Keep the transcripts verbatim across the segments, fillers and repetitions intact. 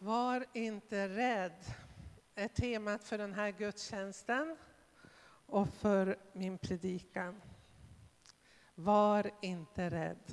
Var inte rädd är temat för den här gudstjänsten och för min predikan. Var inte rädd.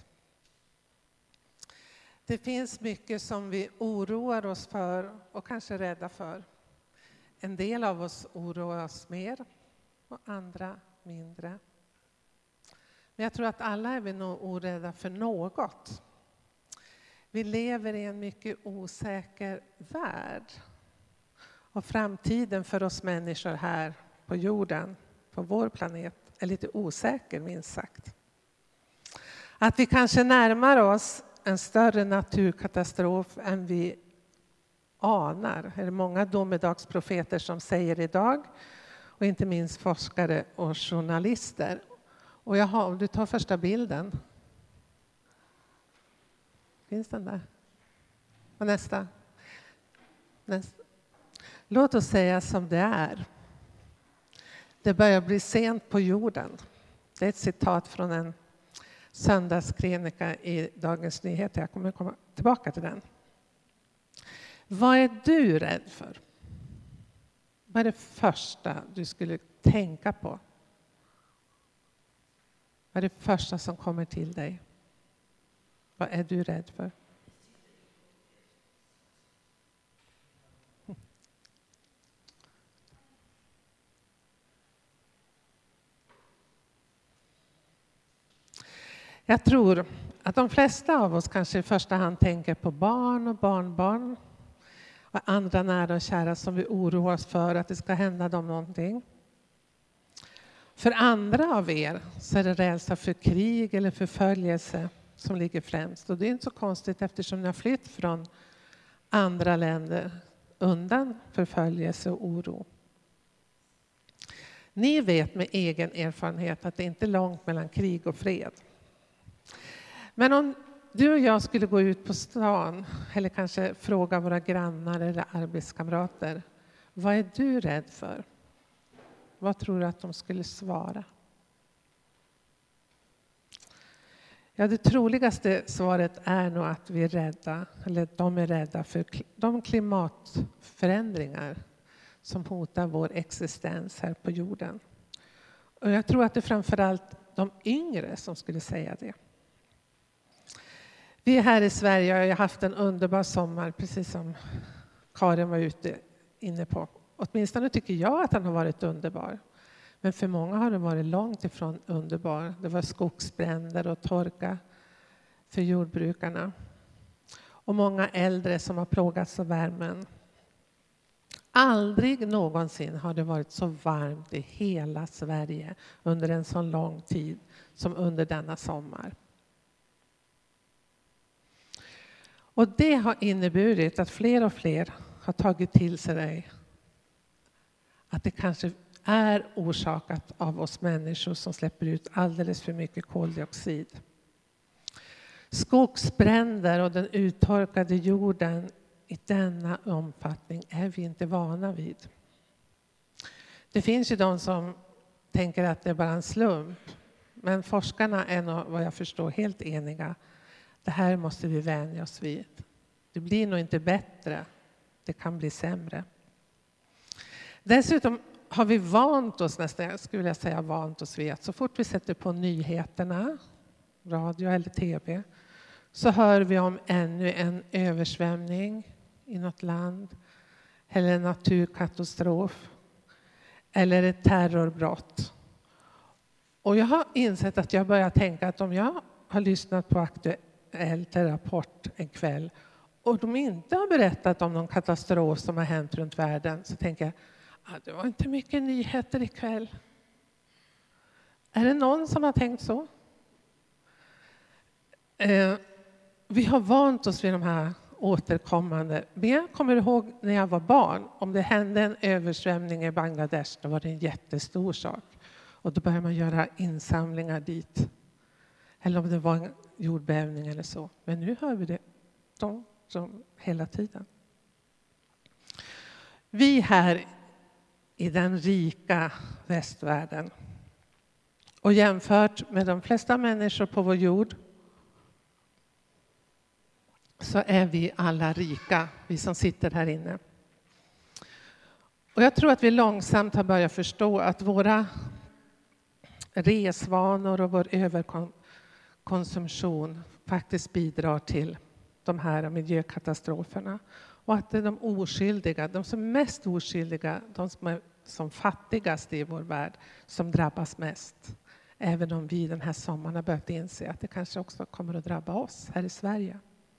Det finns mycket som vi oroar oss för och kanske är rädda för. En del av oss oroar oss mer och andra mindre. Men jag tror att alla är vi nog orädda för något. Vi lever i en mycket osäker värld. Och framtiden för oss människor här på jorden, på vår planet, är lite osäker minst sagt. Att vi kanske närmar oss en större naturkatastrof än vi anar. Det är många domedagsprofeter som säger idag. Och inte minst forskare och journalister. Och jag har, om du tar första bilden. Finns den där? Och nästa. nästa. Låt oss säga som det är. Det börjar bli sent på jorden. Det är ett citat från en söndagskrönika i Dagens Nyheter. Jag kommer komma tillbaka till den. Vad är du rädd för? Vad är det första du skulle tänka på? Vad är det första som kommer till dig? Vad är du rädd för? Jag tror att de flesta av oss kanske i första hand tänker på barn och barnbarn och andra nära och kära som vi oroar oss för att det ska hända dem någonting. För andra av er så är det rädsla för krig eller förföljelse som ligger främst. Och det är inte så konstigt eftersom ni har flytt från andra länder undan förföljelse och oro. Ni vet med egen erfarenhet att det inte är långt mellan krig och fred. Men om du och jag skulle gå ut på stan eller kanske fråga våra grannar eller arbetskamrater, vad är du rädd för? Vad tror du att de skulle svara? Ja, det troligaste svaret är nog att vi är rädda, eller de är rädda för de klimatförändringar som hotar vår existens här på jorden. Och jag tror att det är framförallt de yngre som skulle säga det. Vi är här i Sverige och jag har haft en underbar sommar, precis som Karin var ute inne på. Åtminstone tycker jag att den har varit underbar. Men för många har den varit långt ifrån underbar. Det var skogsbränder och torka för jordbrukarna. Och många äldre som har plågats av värmen. Aldrig någonsin har det varit så varmt i hela Sverige under en så lång tid som under denna sommar. Och det har inneburit att fler och fler har tagit till sig det. Att det kanske är orsakat av oss människor som släpper ut alldeles för mycket koldioxid. Skogsbränder och den uttorkade jorden i denna omfattning är vi inte vana vid. Det finns ju de som tänker att det är bara en slump. Men forskarna är nog, vad jag förstår, helt eniga. Det här måste vi vänja oss vid. Det blir nog inte bättre. Det kan bli sämre. Dessutom har vi vant oss nästan, jag skulle vilja säga vant oss vid att så fort vi sätter på nyheterna, radio eller tv, så hör vi om ännu en översvämning i något land, eller en naturkatastrof, eller ett terrorbrott. Och jag har insett att jag börjar tänka att om jag har lyssnat på Aktuellt Rapport en kväll och de inte har berättat om någon katastrof som har hänt runt världen, så tänker jag, ah, det var inte mycket nyheter ikväll. Är det någon som har tänkt så? Eh, vi har vant oss vid de här återkommande. Men jag kommer ihåg när jag var barn, om det hände en översvämning i Bangladesh, då var det en jättestor sak. Och då började man göra insamlingar dit. Eller om det var en jordbävning eller så. Men nu hör vi det de, de, hela tiden. Vi här i den rika västvärlden och jämfört med de flesta människor på vår jord så är vi alla rika, vi som sitter här inne. Och jag tror att vi långsamt har börjat förstå att våra resvanor och vår överkonsumtion faktiskt bidrar till de här miljökatastroferna. Och att det är de oskyldiga, de som är mest oskyldiga, de som är som fattigast i vår värld, som drabbas mest. Även om vi den här sommaren har börjat inse att det kanske också kommer att drabba oss här i Sverige.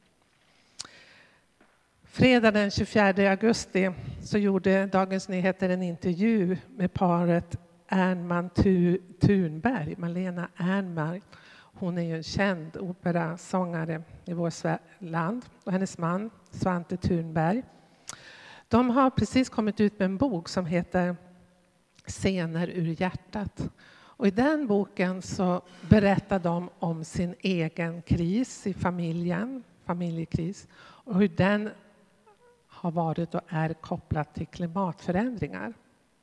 Fredag den tjugofjärde augusti så gjorde Dagens Nyheter en intervju med paret Ernman Thunberg, Malena Ernman. Hon är ju en känd operasångare i vårt land, och hennes man Svante Thunberg. De har precis kommit ut med en bok som heter Scener ur hjärtat. Och i den boken så berättar de om sin egen kris i familjen, familjekris, och hur den har varit och är kopplad till klimatförändringar.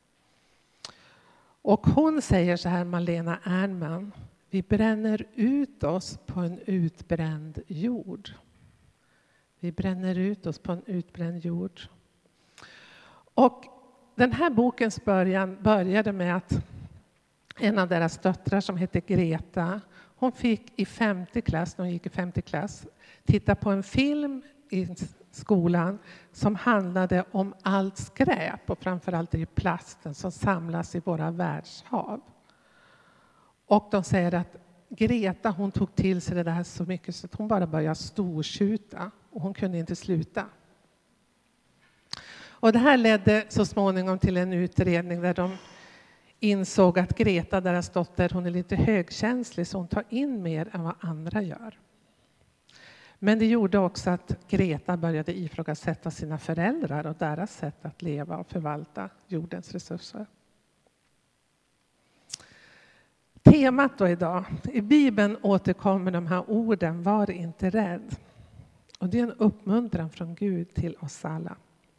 Och hon säger så här, Malena Ernman: vi bränner ut oss på en utbränd jord. Vi bränner ut oss på en utbränd jord. Och den här bokens början började med att en av deras döttrar som heter Greta, hon fick i femte klass, när hon gick i femte klass, titta på en film i skolan som handlade om allt skräp, och framförallt i plasten som samlas i våra världshav. Och de säger att Greta, hon tog till sig det där så mycket så att hon bara började storskjuta, och hon kunde inte sluta. Och det här ledde så småningom till en utredning där de insåg att Greta, deras dotter, hon är lite högkänslig, så hon tar in mer än vad andra gör. Men det gjorde också att Greta började ifrågasätta sina föräldrar och deras sätt att leva och förvalta jordens resurser. Temat då idag. I Bibeln återkommer de här orden: var inte rädd. Och det är en uppmuntran från Gud till oss alla.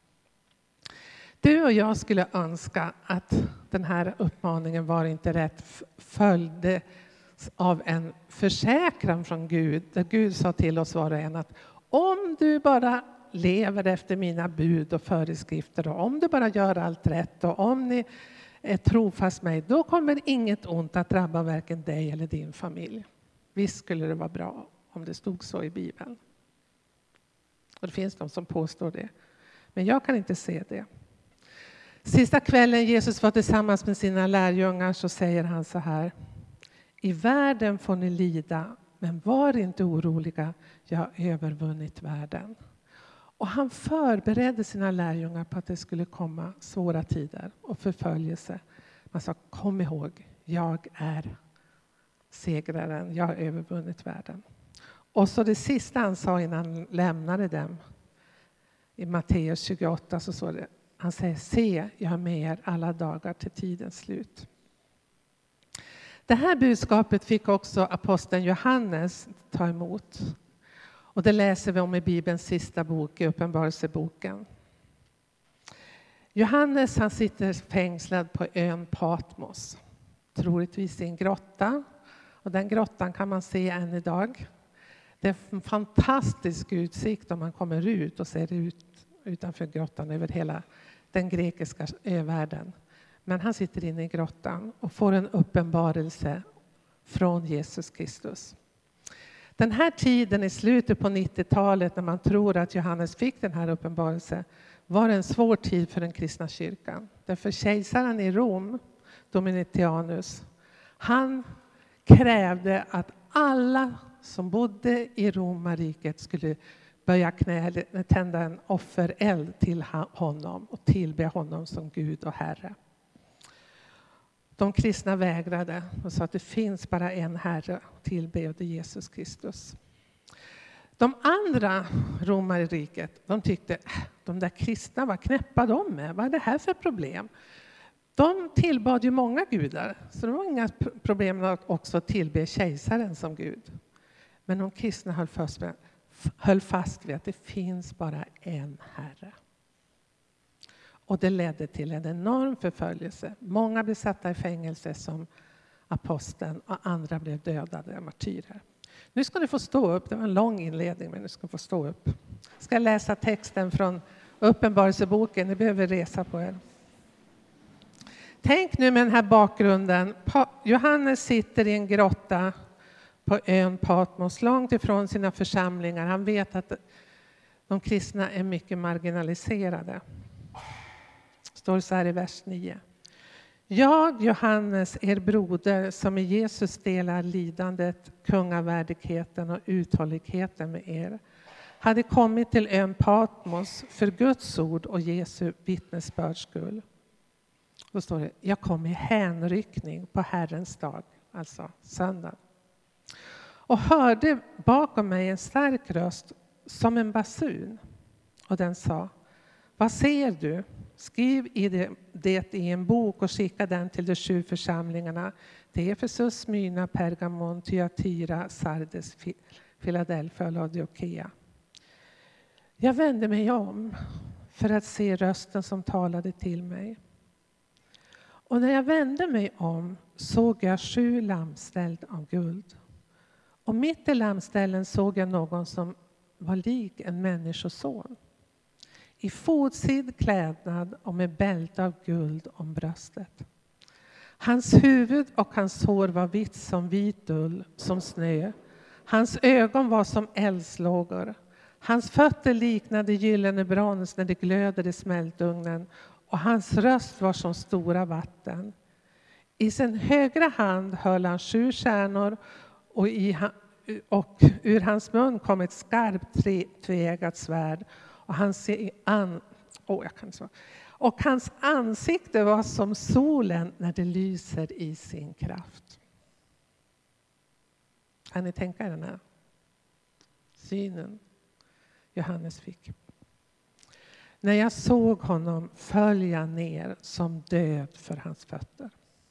Du och jag skulle önska att den här uppmaningen var inte rätt följde av en försäkran från Gud. Där Gud sa till oss var och en att om du bara lever efter mina bud och föreskrifter, och om du bara gör allt rätt, och om ni är trofast mig, då kommer inget ont att drabba varken dig eller din familj. Visst skulle det vara bra om det stod så i Bibeln. Och det finns de som påstår det. Men jag kan inte se det. Sista kvällen Jesus var tillsammans med sina lärjungar så säger han så här: i världen får ni lida, men var inte oroliga, jag har övervunnit världen. Och han förberedde sina lärjungar på att det skulle komma svåra tider och förföljelse. Man sa, kom ihåg, jag är segraren, jag har övervunnit världen. Och så det sista han sa innan han lämnade dem, i Matteus tjugoåtta så står det, han säger, se, jag har med er alla dagar till tidens slut. Det här budskapet fick också aposteln Johannes ta emot. Och det läser vi om i Bibelns sista bok, i Uppenbarelseboken. Johannes, han sitter fängslad på ön Patmos. Troligtvis i en grotta. Och den grottan kan man se än idag. Det är en fantastisk utsikt om man kommer ut och ser ut utanför grottan över hela den grekiska övärlden. Men han sitter inne i grottan och får en uppenbarelse från Jesus Kristus. Den här tiden i slutet på nittiotalet, när man tror att Johannes fick den här uppenbarelsen, var en svår tid för den kristna kyrkan. Därför kejsaren i Rom, Domitianus, han krävde att alla som bodde i romarriket skulle böja knä, tända en offereld till honom och tillbe honom som Gud och Herre. De kristna vägrade och sa att det finns bara en Herre, tillbedde Jesus Kristus. De andra romarriket, de tyckte de där kristna, vad knäppa de med? Vad är det här för problem? De tillbad ju många gudar, så det var inga problem att också tillbe kejsaren som Gud. Men de kristna höll fast vid, höll fast vid att det finns bara en Herre. Och det ledde till en enorm förföljelse. Många blev satta i fängelse som aposteln och andra blev dödade, martyrer. Nu ska ni få stå upp. Det var en lång inledning, men nu ska få stå upp. Jag ska läsa texten från Uppenbarelseboken. Ni behöver resa på er. Tänk nu med den här bakgrunden. Johannes sitter i en grotta på ön Patmos, långt ifrån sina församlingar. Han vet att de kristna är mycket marginaliserade. Står så här i vers nio. Jag, Johannes, er broder, som i Jesus delar lidandet, kungavärdigheten och uthålligheten med er, hade kommit till ön Patmos för Guds ord och Jesu vittnesbörds skull. Då står det, jag kom i hänryckning på Herrens dag, alltså söndag. Och hörde bakom mig en stark röst som en basun. Och den sa, vad ser du? Skriv i det, det i en bok och skicka den till de sju församlingarna. Det är Efesus, Smyrna, Pergamon, Thyatira, Sardes, Philadelphia och Laodikea. Jag vände mig om för att se rösten som talade till mig. Och när jag vände mig om såg jag sju lammställ av guld. Och mitt i lammställen såg jag någon som var lik en människoson. I fotsid klädnad och med bälte av guld om bröstet. Hans huvud och hans hår var vitt som vit ull, som snö. Hans ögon var som eldslågor. Hans fötter liknade gyllene brons när det glödde i smältugnen. Och hans röst var som stora vatten. I sin högra hand höll han sju stjärnor och, i, och ur hans mun kom ett skarpt tveeggat svärd. Och hans, an, oh, jag kan så. och hans ansikte var som solen när det lyser i sin kraft. Kan ni tänka er den här synen Johannes fick? När jag såg honom föll jag ner som död för hans fötter.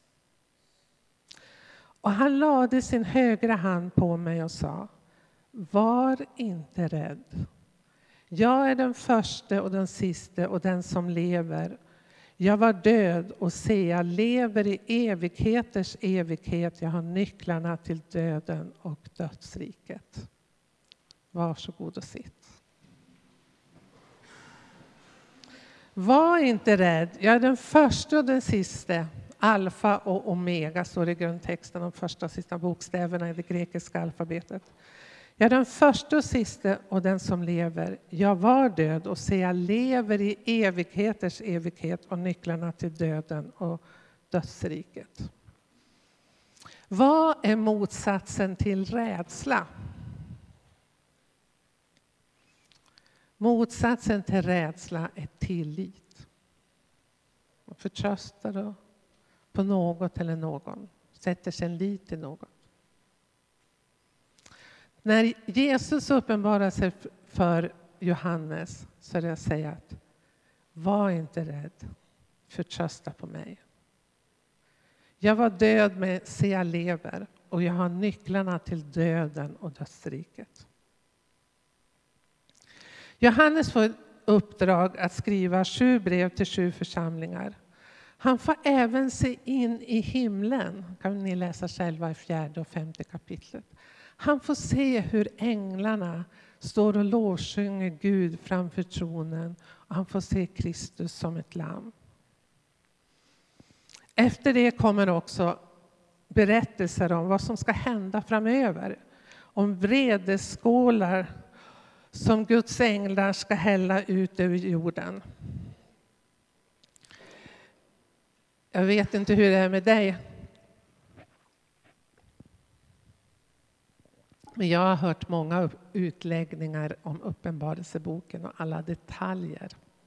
Och han lade sin högra hand på mig och sa, var inte rädd. Jag är den första och den siste och den som lever. Jag var död och se, jag lever i evigheters evighet. Jag har nycklarna till döden och dödsriket. Varsågod och sitt. Var inte rädd. Jag är den första och den siste. Alfa och omega står i grundtexten, de första och sista bokstäverna i det grekiska alfabetet. Jag är den första och siste och den som lever. Jag var död och se, jag lever i evigheters evighet och nycklarna till döden och dödsriket. Vad är motsatsen till rädsla? Motsatsen till rädsla är tillit. Man förtröstar på något eller någon. Sätter sin lit till något. När Jesus uppenbarar sig för Johannes så är det att säga att var inte rädd, förtrösta på mig. Jag var död men se jag lever och jag har nycklarna till döden och dödsriket. Johannes får uppdrag att skriva sju brev till sju församlingar. Han får även se in i himlen, kan ni läsa själva i fjärde och femte kapitlet. Han får se hur änglarna står och lovsjunger Gud framför tronen. Och han får se Kristus som ett lamm. Efter det kommer också berättelser om vad som ska hända framöver. Om vredeskålar som Guds änglar ska hälla ut över jorden. Jag vet inte hur det är med dig. Men jag har hört många utläggningar om Uppenbarelseboken och alla detaljer.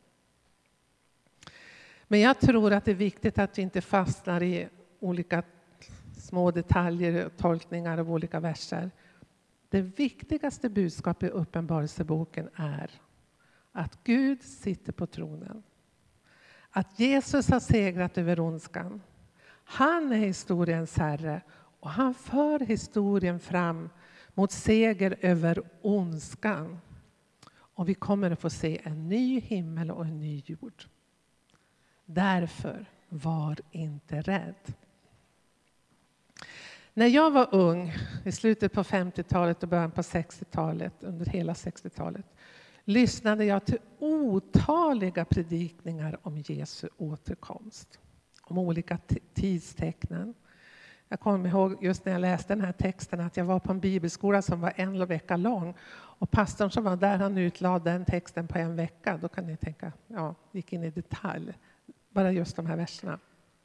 Men jag tror att det är viktigt att vi inte fastnar i olika små detaljer och tolkningar av olika verser. Det viktigaste budskapet i Uppenbarelseboken är att Gud sitter på tronen. Att Jesus har segrat över ondskan. Han är historiens herre och han för historien fram mot seger över ondskan. Och vi kommer att få se en ny himmel och en ny jord. Därför var inte rädd. När jag var ung, i slutet på femtiotalet och början på sextiotalet, under hela sextiotalet, lyssnade jag till otaliga predikningar om Jesu återkomst. Om olika t- tidstecknen. Jag kommer ihåg just när jag läste den här texten att jag var på en bibelskola som var en vecka lång. Och pastorn som var där, han utlade den texten på en vecka. Då kan ni tänka, ja, gick in i detalj. Bara just de här verserna.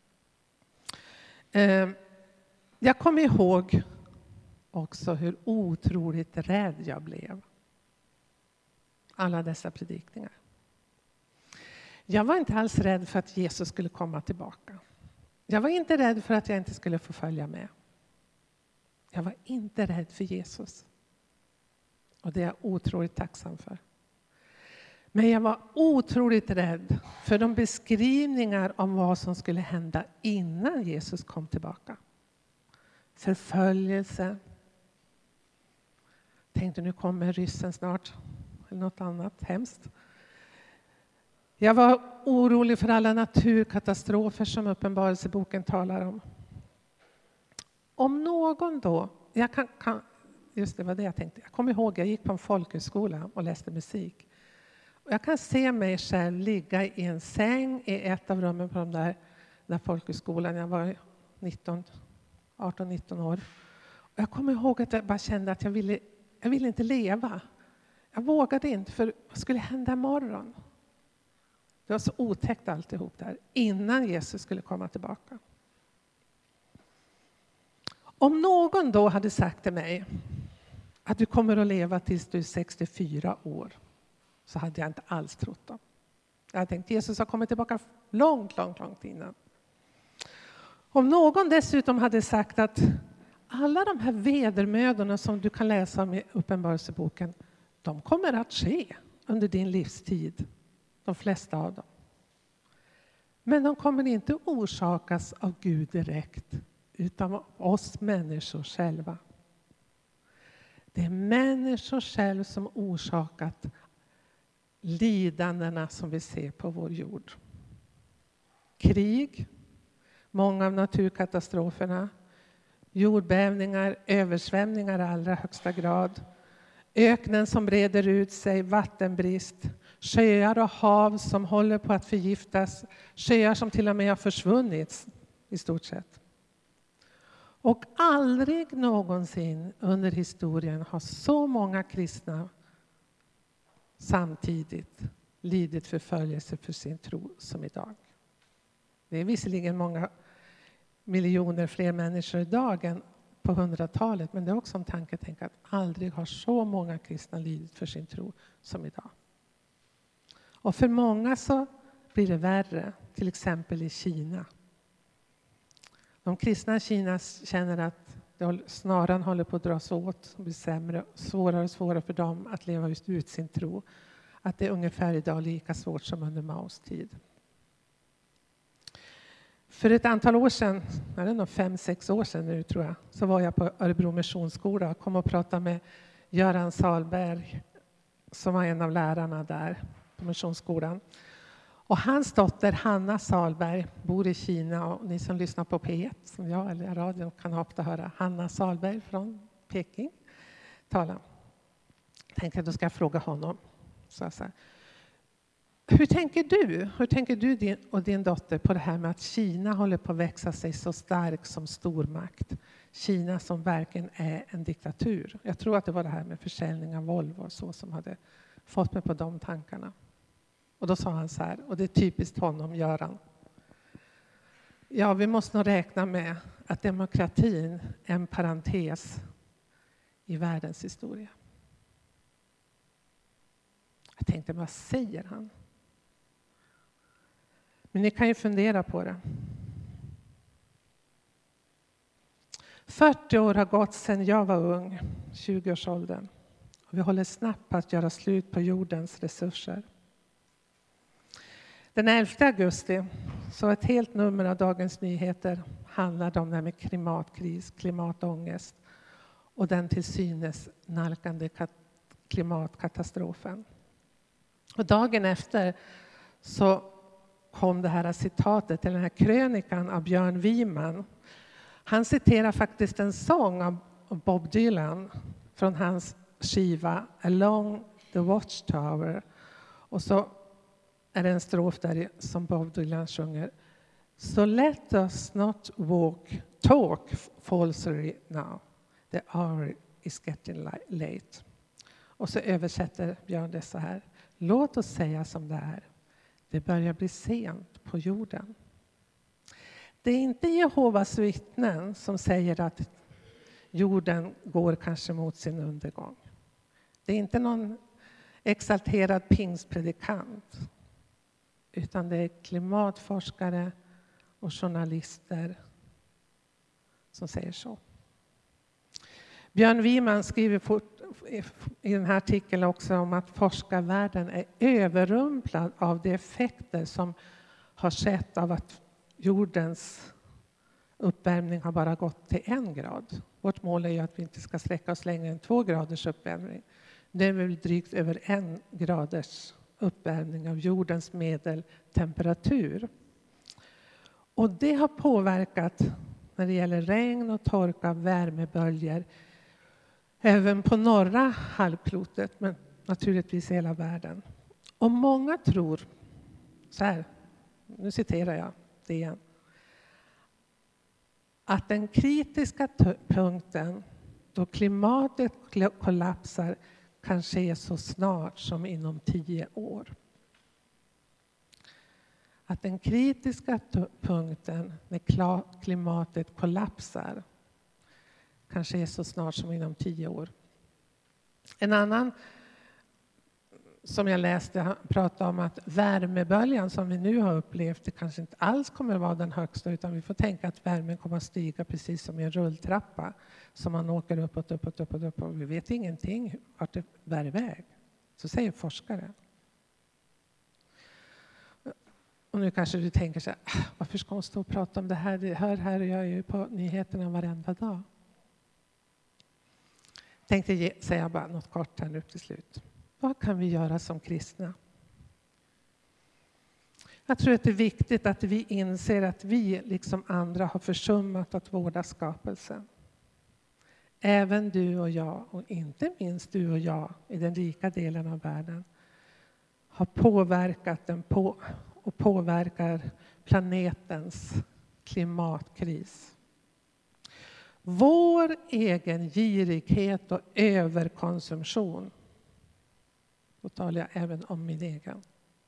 Eh, jag kommer ihåg också hur otroligt rädd jag blev. Alla dessa predikningar. Jag var inte alls rädd för att Jesus skulle komma tillbaka. Jag var inte rädd för att jag inte skulle få följa med. Jag var inte rädd för Jesus. Och det är jag otroligt tacksam för. Men jag var otroligt rädd för de beskrivningar om vad som skulle hända innan Jesus kom tillbaka. Förföljelse. Tänkte nu kommer ryssen snart. Eller något annat hemskt. Jag var orolig för alla naturkatastrofer som Uppenbarelseboken talar om. Om någon då, jag kan, kan, just det var det jag tänkte. Jag kommer ihåg, jag gick på en folkhögskola och läste musik. Och jag kan se mig själv ligga i en säng i ett av rummen på de där, där folkhögskolan. Jag var nitton, arton nitton år. Och jag kommer ihåg att jag bara kände att jag ville, jag ville inte leva. Jag vågade inte, för vad skulle hända imorgon? Det var så otäckt alltihop där, innan Jesus skulle komma tillbaka. Om någon då hade sagt till mig att du kommer att leva tills du är sextiofyra år, så hade jag inte alls trott dem. Jag hade tänkt att Jesus har kommit tillbaka långt, långt, långt innan. Om någon dessutom hade sagt att alla de här vedermödorna som du kan läsa om i Uppenbarelseboken, de kommer att ske under din livstid. De flesta av dem. Men de kommer inte orsakas av Gud direkt, utan av oss människor själva. Det är människor själva som orsakat lidandena som vi ser på vår jord. Krig, många av naturkatastroferna, jordbävningar, översvämningar i allra högsta grad, öknen som breder ut sig, vattenbrist, sjöar och hav som håller på att förgiftas, sjöar som till och med har försvunnit i stort sett. Och aldrig någonsin under historien har så många kristna samtidigt lidit förföljelse för sin tro som idag. Det är visserligen många miljoner fler människor idag än på hundratalet, men det är också en tanke att tänka att aldrig har så många kristna lidit för sin tro som idag. Och för många så blir det värre, till exempel i Kina. De kristna i Kina känner att snaran håller på att dras åt, det blir sämre, svårare och svårare för dem att leva ut sin tro. Att det är ungefär idag lika svårt som under Maos tid. För ett antal år sedan, det är nog fem, sex år sedan nu tror jag, så var jag på Örebro Missionsskola och kom och pratade med Göran Salberg som var en av lärarna där på Missionsskolan. Och hans dotter Hanna Salberg bor i Kina, och ni som lyssnar på P ett som jag eller radion kan ofta höra Hanna Salberg från Peking tala. Jag tänkte att då ska jag fråga honom. Så jag sa, hur tänker du? Hur tänker du din, och din dotter på det här med att Kina håller på att växa sig så stark som stormakt? Kina som verkligen är en diktatur. Jag tror att det var det här med försäljning av Volvo och så som hade fått mig på de tankarna. Och då sa han så här, och det är typiskt honom, Göran. Ja, vi måste nog räkna med att demokratin är en parentes i världens historia. Jag tänkte, vad säger han? Men ni kan ju fundera på det. fyrtio år har gått sedan jag var ung, tjugoårsåldern. Och vi håller snabbt på att göra slut på jordens resurser. Den elfte augusti, så ett helt nummer av Dagens Nyheter handlade om det här med klimatkris, klimatångest och den till synes nalkande klimatkatastrofen. Och dagen efter så kom det här citatet, eller den här krönikan av Björn Wiman. Han citerar faktiskt en sång av Bob Dylan från hans skiva Along the Watchtower. Och så är det en strof där som Bob Dylan sjunger. So let us not walk, talk falsely now. The hour is getting late. Och så översätter Björn det så här. Låt oss säga som det är. Det börjar bli sent på jorden. Det är inte Jehovas vittnen som säger att jorden går kanske mot sin undergång. Det är inte någon exalterad pingstpredikant. Utan det är klimatforskare och journalister som säger så. Björn Wiman skriver fort, i den här artikeln också om att forskarvärlden är överrumplad av de effekter som har skett av att jordens uppvärmning har bara gått till en grad. Vårt mål är ju att vi inte ska sträcka oss längre än två graders uppvärmning. Det är väl drygt över en graders uppvärmning av jordens medeltemperatur. Och det har påverkat när det gäller regn och torka, värmeböljor. Även på norra halvklotet, men naturligtvis hela världen. Och många tror, så här, nu citerar jag det igen. Att den kritiska t- punkten då klimatet kollapsar kan ske så snart som inom tio år. Att den kritiska t- punkten när kla- klimatet kollapsar kan ske så snart som inom tio år. En annan som jag läste pratade om att värmeböljan som vi nu har upplevt det kanske inte alls kommer att vara den högsta, utan vi får tänka att värmen kommer att stiga precis som i en rulltrappa som man åker uppåt, uppåt, uppåt, uppåt och vi vet ingenting vart det bär iväg. Så säger forskare. Och nu kanske du tänker så här, varför ska hon stå och prata om det här? Det hör här och jag är ju på nyheterna varenda dag. Jag tänkte ge, säga bara något kort här nu till slut. Vad kan vi göra som kristna? Jag tror att det är viktigt att vi inser att vi liksom andra har försummat att vårda skapelsen. Även du och jag, och inte minst du och jag i den rika delen av världen, har påverkat den på och påverkar planetens klimatkris. Vår egen girighet och överkonsumtion, då talar jag även om min egen,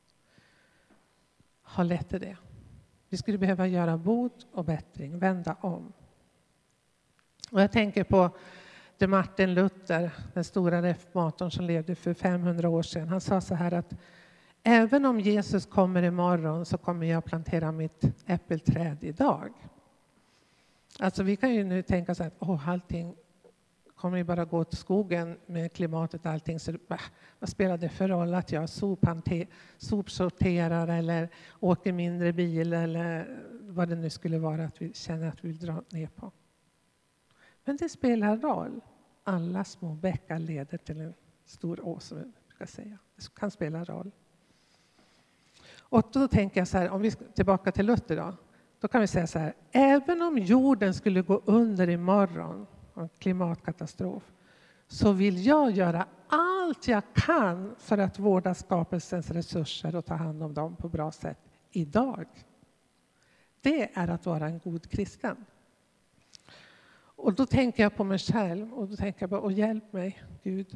har lett till det. Vi skulle behöva göra bot och bättring, vända om. Och jag tänker på det Martin Luther, den stora reformatorn som levde för femhundra år sedan. Han sa så här att även om Jesus kommer imorgon så kommer jag plantera mitt äppelträd idag. Alltså vi kan ju nu tänka så här att åh, allting kommer ju bara gå till skogen med klimatet och allting. Så bah, vad spelar det för roll att jag sophante- sopsorterar eller åker mindre bil eller vad det nu skulle vara att vi känner att vi vill dra ner på. Men det spelar roll. Alla små bäckar leder till en stor å, som jag brukar säga. Det kan spela roll. Och då tänker jag så här, om vi ska tillbaka till Luther då. Då kan vi säga så här, även om jorden skulle gå under imorgon, en klimatkatastrof, så vill jag göra allt jag kan för att vårda skapelsens resurser och ta hand om dem på bra sätt idag. Det är att vara en god kristen. Och då tänker jag på mig själv och då tänker jag bara, och hjälp mig Gud.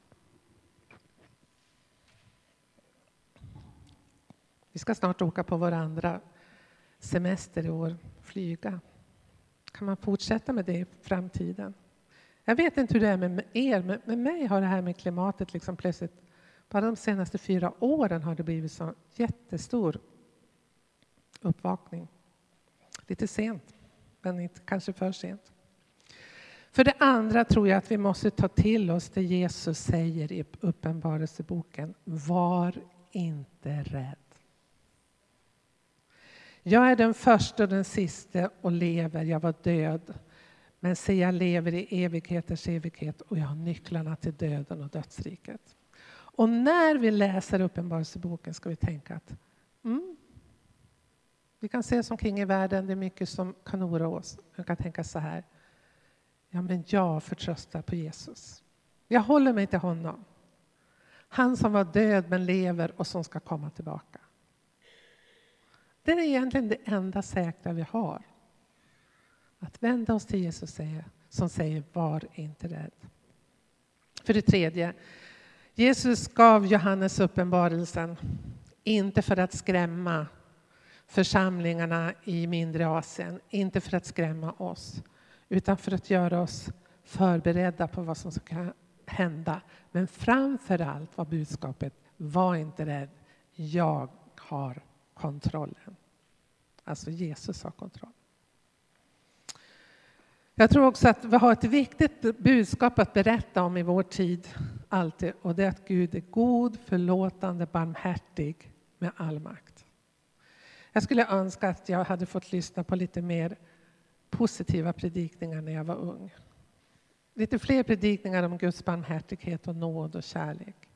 Vi ska snart åka på vår andra semester i år, flyga. Kan man fortsätta med det i framtiden? Jag vet inte hur det är med er, men med mig har det här med klimatet liksom plötsligt, bara de senaste fyra åren har det blivit så jättestor uppvakning. Lite sent, men inte kanske för sent. För det andra tror jag att vi måste ta till oss det Jesus säger i Uppenbarelseboken. Var inte rädd. Jag är den första och den sista och lever, jag var död. Men se, jag lever i evigheters evighet och jag har nycklarna till döden och dödsriket. Och när vi läser Uppenbarelseboken ska vi tänka att mm, Vi kan se oss omkring i världen, det är mycket som kan oroa oss. Jag kan tänka så här, ja men jag förtröstar på Jesus. Jag håller mig till honom. Han som var död men lever och som ska komma tillbaka. Det är egentligen det enda säkra vi har. Att vända oss till Jesus som säger, var inte rädd. För det tredje, Jesus gav Johannes uppenbarelsen inte för att skrämma församlingarna i mindre Asien, inte för att skrämma oss, utan för att göra oss förberedda på vad som ska hända. Men framför allt var budskapet, var inte rädd, jag har kontrollen. Alltså Jesus har kontroll. Jag tror också att vi har ett viktigt budskap att berätta om i vår tid alltid. Och det är att Gud är god, förlåtande, barmhärtig med all makt. Jag skulle önska att jag hade fått lyssna på lite mer positiva predikningar när jag var ung. Lite fler predikningar om Guds barmhärtighet och nåd och kärlek.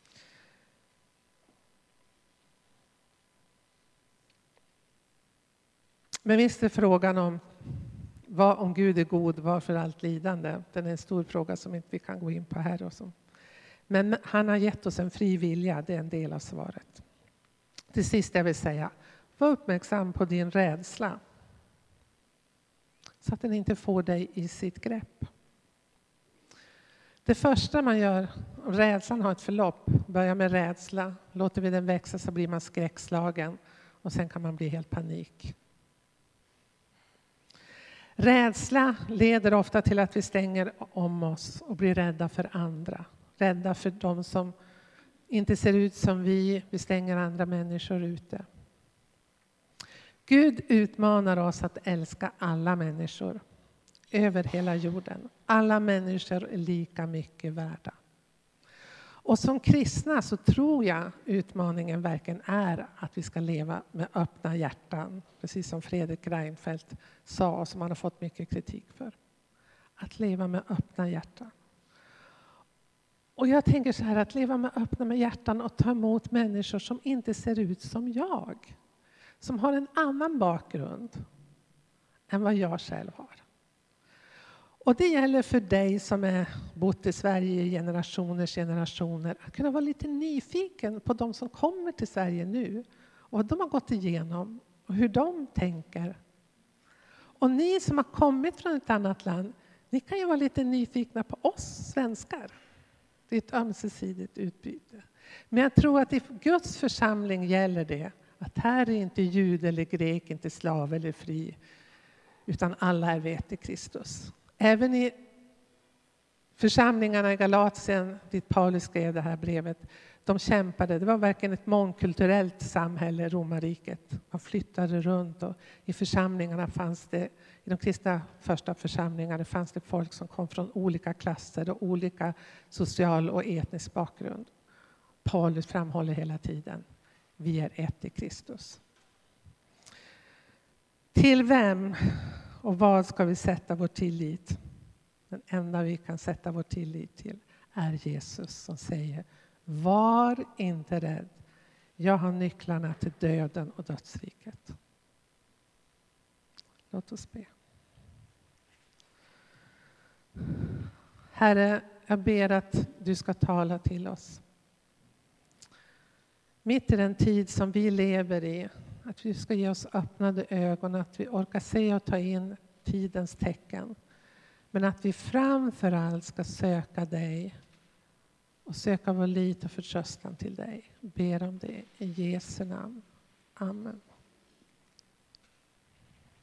Men visst är frågan om vad om Gud är god, varför allt lidande? Den är en stor fråga som inte vi kan gå in på här. Och så. Men han har gett oss en fri vilja, det är en del av svaret. Till sist jag vill säga, var uppmärksam på din rädsla. Så att den inte får dig i sitt grepp. Det första man gör, rädslan har ett förlopp, börjar med rädsla. Låter vi den växa så blir man skräckslagen och sen kan man bli helt panik. Rädsla leder ofta till att vi stänger om oss och blir rädda för andra. Rädda för de som inte ser ut som vi. Vi stänger andra människor ute. Gud utmanar oss att älska alla människor över hela jorden. Alla människor är lika mycket värda. Och som kristna så tror jag utmaningen verkligen är att vi ska leva med öppna hjärtan. Precis som Fredrik Reinfeldt sa och som han har fått mycket kritik för. Att leva med öppna hjärtan. Och jag tänker så här, att leva med öppna med hjärtan och ta emot människor som inte ser ut som jag. Som har en annan bakgrund än vad jag själv har. Och det gäller för dig som är bott i Sverige i generationers generationer. Att kunna vara lite nyfiken på de som kommer till Sverige nu. Och vad de har gått igenom. Och hur de tänker. Och ni som har kommit från ett annat land. Ni kan ju vara lite nyfikna på oss svenskar. Det är ett ömsesidigt utbyte. Men jag tror att i Guds församling gäller det. Att här är inte jude eller grek, inte slav eller fri. Utan alla är vet i Kristus. Även i församlingarna i Galatien, dit Paulus skrev det här brevet, de kämpade. Det var verkligen ett mångkulturellt samhälle, romarriket. Man flyttade runt och i församlingarna fanns det, i de kristna första församlingarna fanns det folk som kom från olika klasser och olika social och etnisk bakgrund. Paulus framhåller hela tiden, vi är ett i Kristus. Till vem och vad ska vi sätta vår tillit? Den enda vi kan sätta vår tillit till är Jesus som säger, var inte rädd. Jag har nycklarna till döden och dödsriket. Låt oss be. Herre, jag ber att du ska tala till oss. Mitt i den tid som vi lever i, att vi ska ge oss öppnade ögon, att vi orkar se och ta in tidens tecken. Men att vi framför allt ska söka dig och söka vår lit och förtröstan till dig. Ber om det i Jesu namn. Amen.